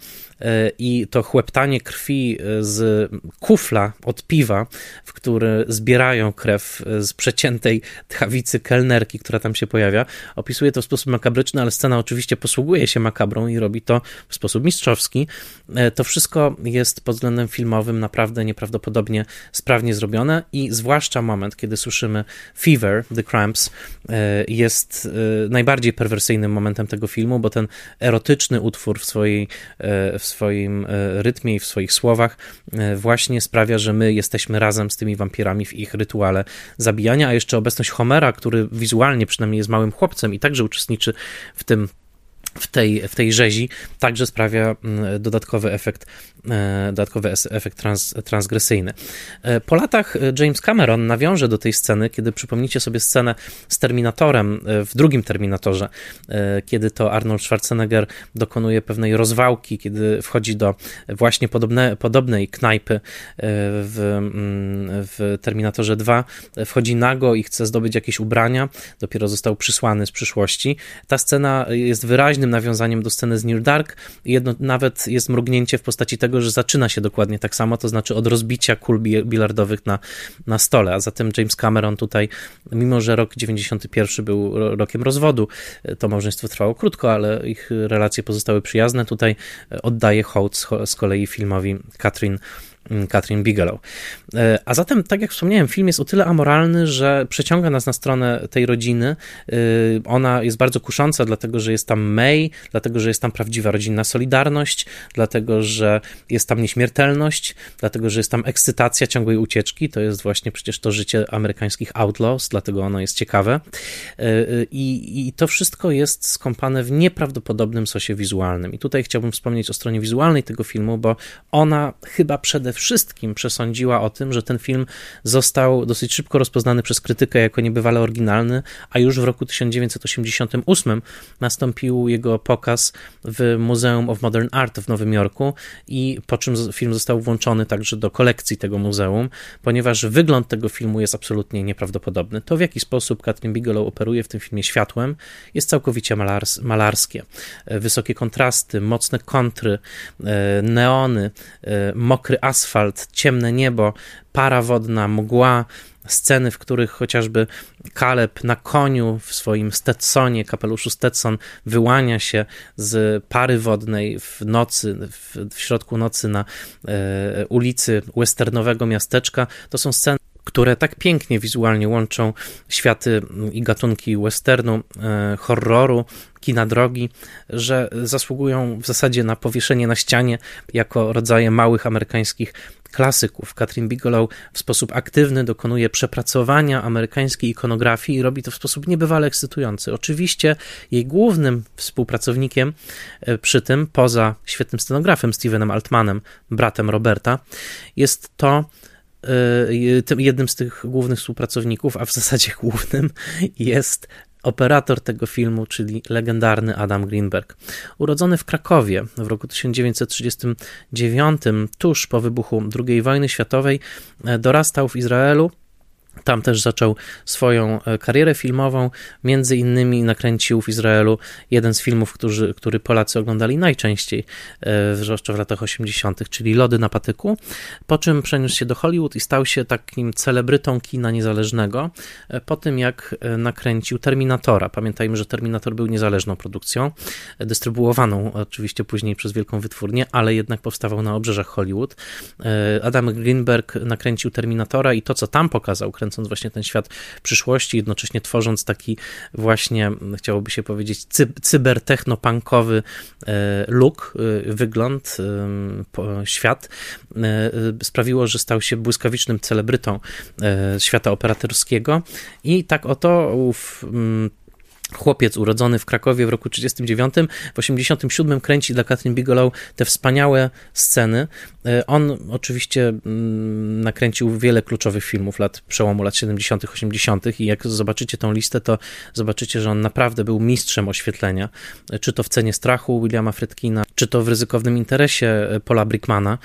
i to chłeptanie krwi z kufla od piwa, w który zbierają krew z przeciętej tchawicy kelnerki, która tam się pojawia. Opisuje to w sposób makabryczny, ale scena oczywiście posługuje się makabrą i robi to w sposób mistrzowski. To wszystko jest pod względem względem filmowym naprawdę nieprawdopodobnie sprawnie zrobione i zwłaszcza moment, kiedy słyszymy Fever, The Cramps, jest najbardziej perwersyjnym momentem tego filmu, bo ten erotyczny utwór w, swojej, w swoim rytmie i w swoich słowach właśnie sprawia, że my jesteśmy razem z tymi wampirami w ich rytuale zabijania, a jeszcze obecność Homera, który wizualnie przynajmniej jest małym chłopcem i także uczestniczy w tym w tej, w tej rzezi, także sprawia dodatkowy efekt, dodatkowy efekt trans, transgresyjny. Po latach James Cameron nawiąże do tej sceny, kiedy przypomnicie sobie scenę z Terminatorem, w drugim Terminatorze, kiedy to Arnold Schwarzenegger dokonuje pewnej rozwałki, kiedy wchodzi do właśnie podobne, podobnej knajpy w, w Terminatorze dwa, wchodzi nago i chce zdobyć jakieś ubrania, dopiero został przysłany z przyszłości. Ta scena jest wyraźnym nawiązaniem do sceny z Near Dark i jedno, nawet jest mrugnięcie w postaci tego, że zaczyna się dokładnie tak samo, to znaczy od rozbicia kul bilardowych na, na stole, a zatem James Cameron tutaj, mimo że rok dziewięćdziesiąty pierwszy był rokiem rozwodu, to małżeństwo trwało krótko, ale ich relacje pozostały przyjazne, tutaj oddaje hołd z kolei filmowi Catherine Kathryn Bigelow. A zatem, tak jak wspomniałem, film jest o tyle amoralny, że przeciąga nas na stronę tej rodziny. Ona jest bardzo kusząca, dlatego, że jest tam May, dlatego, że jest tam prawdziwa rodzinna solidarność, dlatego, że jest tam nieśmiertelność, dlatego, że jest tam ekscytacja ciągłej ucieczki. To jest właśnie przecież to życie amerykańskich outlaws, dlatego ono jest ciekawe. I, i to wszystko jest skąpane w nieprawdopodobnym sosie wizualnym. I tutaj chciałbym wspomnieć o stronie wizualnej tego filmu, bo ona chyba przede wszystkim przesądziła o tym, że ten film został dosyć szybko rozpoznany przez krytykę jako niebywale oryginalny, a już w roku tysiąc dziewięćset osiemdziesiątym ósmym nastąpił jego pokaz w Museum of Modern Art w Nowym Jorku i po czym film został włączony także do kolekcji tego muzeum, ponieważ wygląd tego filmu jest absolutnie nieprawdopodobny. To, w jaki sposób Kathryn Bigelow operuje w tym filmie światłem, jest całkowicie malars malarskie. Wysokie kontrasty, mocne kontry, neony, mokry asfalt, ciemne niebo, para wodna, mgła, sceny, w których chociażby Caleb na koniu w swoim Stetsonie, kapeluszu Stetson, wyłania się z pary wodnej w nocy, w, w środku nocy na e, ulicy westernowego miasteczka. To są sceny, które tak pięknie wizualnie łączą światy i gatunki westernu, e, horroru, kina drogi, że zasługują w zasadzie na powieszenie na ścianie jako rodzaje małych amerykańskich klasyków. Kathryn Bigelow w sposób aktywny dokonuje przepracowania amerykańskiej ikonografii i robi to w sposób niebywale ekscytujący. Oczywiście jej głównym współpracownikiem przy tym, poza świetnym scenografem Stevenem Altmanem, bratem Roberta, jest to jednym z tych głównych współpracowników, a w zasadzie głównym jest operator tego filmu, czyli legendarny Adam Greenberg. Urodzony w Krakowie w roku tysiąc dziewięćset trzydziestym dziewiątym, tuż po wybuchu drugiej wojny światowej, dorastał w Izraelu. Tam też zaczął swoją karierę filmową, między innymi nakręcił w Izraelu jeden z filmów, który, który Polacy oglądali najczęściej, zwłaszcza w latach osiemdziesiątych, czyli Lody na patyku, po czym przeniósł się do Hollywood i stał się takim celebrytą kina niezależnego, po tym jak nakręcił Terminatora. Pamiętajmy, że Terminator był niezależną produkcją, dystrybuowaną oczywiście później przez wielką wytwórnię, ale jednak powstawał na obrzeżach Hollywood. Adam Greenberg nakręcił Terminatora i to, co tam pokazał, kręcąc właśnie ten świat przyszłości, jednocześnie tworząc taki właśnie, chciałoby się powiedzieć, cy cybertechnopunkowy look, wygląd, świat, sprawiło, że stał się błyskawicznym celebrytą świata operatorskiego i tak oto ów chłopiec urodzony w Krakowie w roku trzydziestym dziewiątym, w osiemdziesiątym siódmym kręci dla Kathryn Bigelow te wspaniałe sceny. On oczywiście nakręcił wiele kluczowych filmów lat przełomu lat siedemdziesiątych, osiemdziesiątych i jak zobaczycie tą listę, to zobaczycie, że on naprawdę był mistrzem oświetlenia. Czy to w Cenie strachu Williama Friedkina, czy to w Ryzykownym interesie Paula Brickmana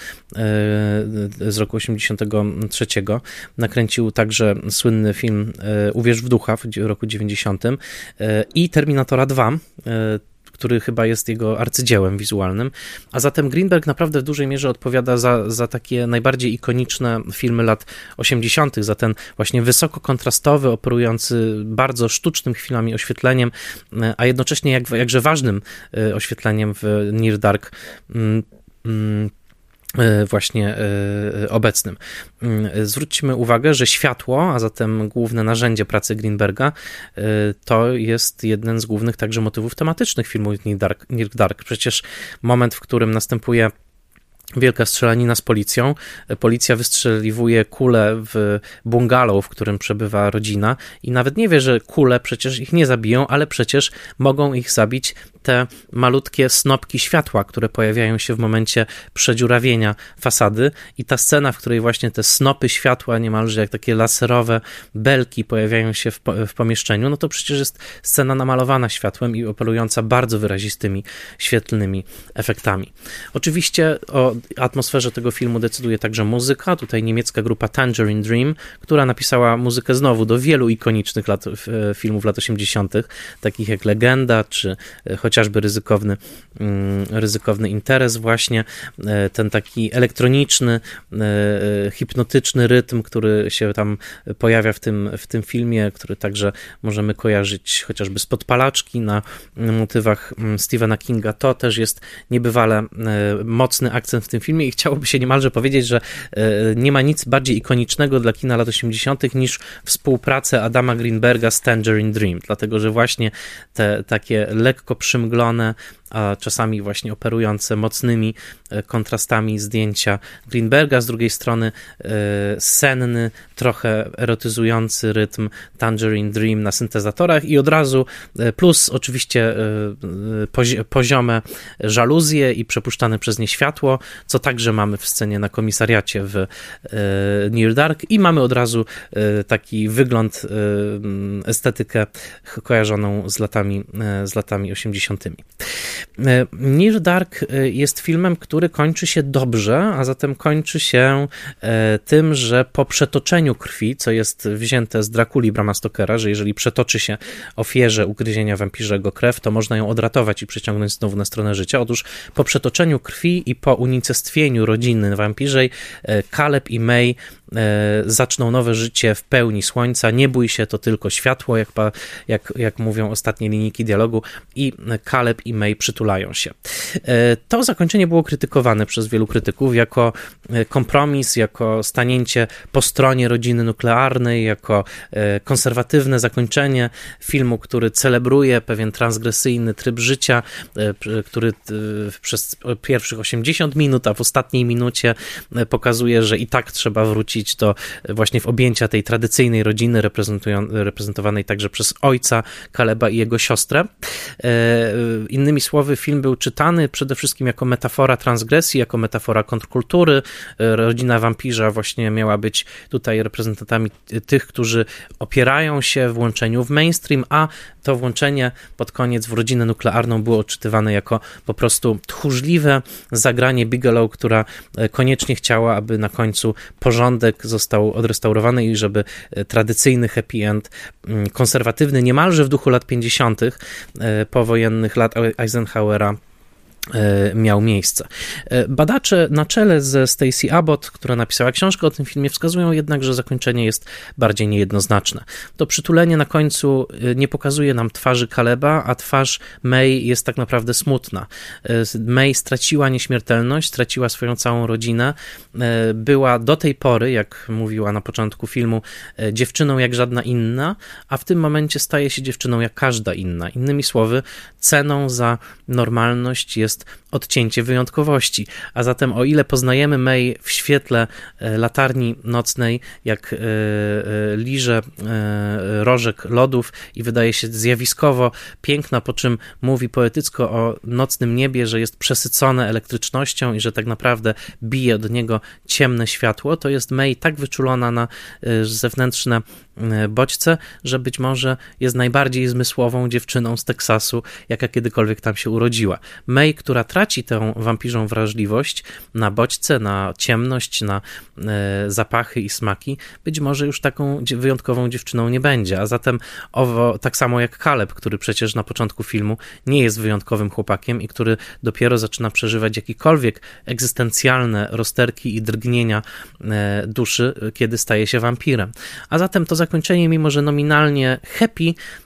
z roku osiemdziesiątego trzeciego. Nakręcił także słynny film Uwierz w ducha w roku dziewięćdziesiątym i Terminatora dwa, który chyba jest jego arcydziełem wizualnym, a zatem Greenberg naprawdę w dużej mierze odpowiada za, za takie najbardziej ikoniczne filmy lat osiemdziesiątych, za ten właśnie wysoko kontrastowy, operujący bardzo sztucznym chwilami oświetleniem, a jednocześnie jak, jakże ważnym oświetleniem w Near Dark właśnie obecnym. Zwróćmy uwagę, że światło, a zatem główne narzędzie pracy Greenberga, to jest jeden z głównych także motywów tematycznych filmu Near Dark. Near Dark. Przecież moment, w którym następuje wielka strzelanina z policją. Policja wystrzeliwuje kulę w bungalow, w którym przebywa rodzina i nawet nie wie, że kule przecież ich nie zabiją, ale przecież mogą ich zabić te malutkie snopki światła, które pojawiają się w momencie przedziurawienia fasady i ta scena, w której właśnie te snopy światła, niemalże jak takie laserowe belki pojawiają się w, w pomieszczeniu, no to przecież jest scena namalowana światłem i operująca bardzo wyrazistymi, świetlnymi efektami. Oczywiście o atmosferze tego filmu decyduje także muzyka. Tutaj niemiecka grupa Tangerine Dream, która napisała muzykę znowu do wielu ikonicznych lat, filmów lat osiemdziesiątych, takich jak Legenda, czy chociażby ryzykowny, ryzykowny interes właśnie, ten taki elektroniczny, hipnotyczny rytm, który się tam pojawia w tym, w tym filmie, który także możemy kojarzyć chociażby z Podpalaczki na motywach Stephena Kinga. To też jest niebywale mocny akcent w tym filmie i chciałoby się niemalże powiedzieć, że nie ma nic bardziej ikonicznego dla kina lat osiemdziesiątych niż współpracę Adama Greenberga z Tangerine Dream, dlatego że właśnie te takie lekko przymglone, a czasami właśnie operujące mocnymi kontrastami zdjęcia Greenberga, z drugiej strony senny, trochę erotyzujący rytm Tangerine Dream na syntezatorach i od razu plus oczywiście poziome żaluzje i przepuszczane przez nie światło, co także mamy w scenie na komisariacie w Near Dark i mamy od razu taki wygląd, estetykę kojarzoną z latami, z latami osiemdziesiątymi. Near Dark jest filmem, który kończy się dobrze, a zatem kończy się tym, że po przetoczeniu krwi, co jest wzięte z Drakuli Brama Stokera, że jeżeli przetoczy się ofierze ugryzienia wampirzego krew, to można ją odratować i przyciągnąć znowu na stronę życia. Otóż po przetoczeniu krwi i po unicestwieniu rodziny wampirzej Caleb i May zaczną nowe życie w pełni słońca. Nie bój się, to tylko światło, jak, jak, jak mówią ostatnie linijki dialogu i Caleb i May przytulają się. To zakończenie było krytykowane przez wielu krytyków jako kompromis, jako stanięcie po stronie rodziny nuklearnej, jako konserwatywne zakończenie filmu, który celebruje pewien transgresyjny tryb życia, który przez pierwszych osiemdziesiąt minut, a w ostatniej minucie pokazuje, że i tak trzeba wrócić do właśnie w objęcia tej tradycyjnej rodziny reprezentowanej także przez ojca Caleba i jego siostrę. Innymi słowy, film był czytany przede wszystkim jako metafora transgresji, jako metafora kontrkultury. Rodzina wampirza właśnie miała być tutaj reprezentantami tych, którzy opierają się w włączeniu w mainstream, a to włączenie pod koniec w rodzinę nuklearną było odczytywane jako po prostu tchórzliwe zagranie Bigelow, która koniecznie chciała, aby na końcu porządek został odrestaurowany i żeby tradycyjny happy end, konserwatywny, niemalże w duchu lat pięćdziesiątych, powojennych lat Eisenhowera, miał miejsce. Badacze na czele ze Stacey Abbott, która napisała książkę o tym filmie, wskazują jednak, że zakończenie jest bardziej niejednoznaczne. To przytulenie na końcu nie pokazuje nam twarzy Caleba, a twarz May jest tak naprawdę smutna. May straciła nieśmiertelność, straciła swoją całą rodzinę, była do tej pory, jak mówiła na początku filmu, dziewczyną jak żadna inna, a w tym momencie staje się dziewczyną jak każda inna. Innymi słowy, ceną za normalność jest odcięcie wyjątkowości. A zatem o ile poznajemy May w świetle latarni nocnej, jak liże rożek lodów i wydaje się zjawiskowo piękna, po czym mówi poetycko o nocnym niebie, że jest przesycone elektrycznością i że tak naprawdę bije do niego ciemne światło, to jest May tak wyczulona na zewnętrzne bodźce, że być może jest najbardziej zmysłową dziewczyną z Teksasu, jaka kiedykolwiek tam się urodziła. May, która traci tę wampirzą wrażliwość na bodźce, na ciemność, na e, zapachy i smaki, być może już taką wyjątkową dziewczyną nie będzie, a zatem owo, tak samo jak Caleb, który przecież na początku filmu nie jest wyjątkowym chłopakiem i który dopiero zaczyna przeżywać jakiekolwiek egzystencjalne rozterki i drgnienia e, duszy, kiedy staje się wampirem. A zatem to zakończenie, mimo że nominalnie happy,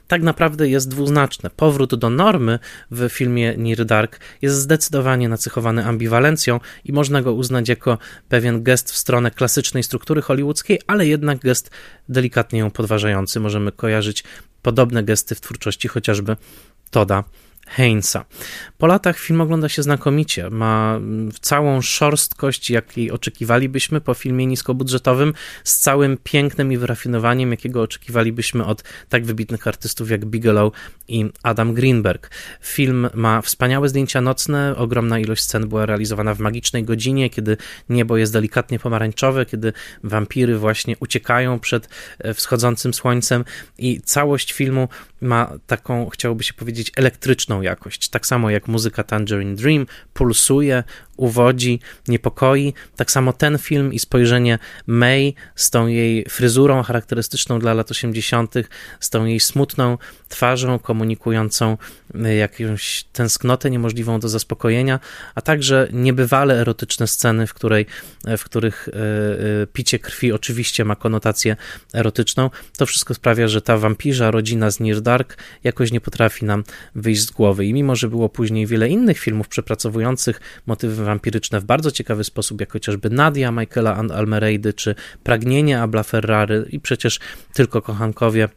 tak naprawdę jest dwuznaczne. Powrót do normy w filmie Near Dark jest zdecydowanie nacechowany ambiwalencją i można go uznać jako pewien gest w stronę klasycznej struktury hollywoodzkiej, ale jednak gest delikatnie ją podważający. Możemy kojarzyć podobne gesty w twórczości chociażby Todda Haynesa. Po latach film ogląda się znakomicie, ma całą szorstkość, jakiej oczekiwalibyśmy po filmie niskobudżetowym, z całym pięknem i wyrafinowaniem, jakiego oczekiwalibyśmy od tak wybitnych artystów jak Bigelow i Adam Greenberg. Film ma wspaniałe zdjęcia nocne, ogromna ilość scen była realizowana w magicznej godzinie, kiedy niebo jest delikatnie pomarańczowe, kiedy wampiry właśnie uciekają przed wschodzącym słońcem i całość filmu ma taką, chciałoby się powiedzieć, elektryczną jakość. Tak samo jak muzyka Tangerine Dream pulsuje, uwodzi, niepokoi. Tak samo ten film i spojrzenie May z tą jej fryzurą charakterystyczną dla lat osiemdziesiątych, z tą jej smutną twarzą komunikującą jakąś tęsknotę niemożliwą do zaspokojenia, a także niebywale erotyczne sceny, w, której, w których picie krwi oczywiście ma konotację erotyczną. To wszystko sprawia, że ta wampirza rodzina z Near Dark jakoś nie potrafi nam wyjść z głowy. I mimo, że było później wiele innych filmów przepracowujących motywy wampiryczne w bardzo ciekawy sposób, jak chociażby Nadia Michaela Almereydy, czy Pragnienie Abla Ferrary i przecież Tylko kochankowie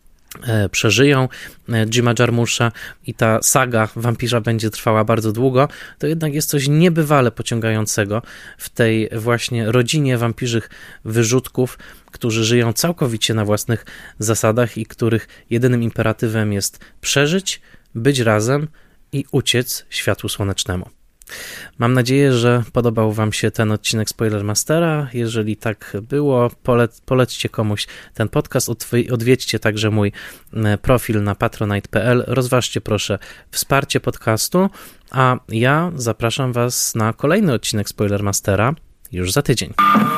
przeżyją Jima Jarmusza i ta saga wampirza będzie trwała bardzo długo, to jednak jest coś niebywale pociągającego w tej właśnie rodzinie wampirzych wyrzutków, którzy żyją całkowicie na własnych zasadach i których jedynym imperatywem jest przeżyć, być razem i uciec światłu słonecznemu. Mam nadzieję, że podobał wam się ten odcinek Spoilermastera. Jeżeli tak było, polec, polećcie komuś ten podcast, odwiedźcie także mój profil na patronite kropka p l, rozważcie proszę wsparcie podcastu, a ja zapraszam was na kolejny odcinek Spoilermastera już za tydzień.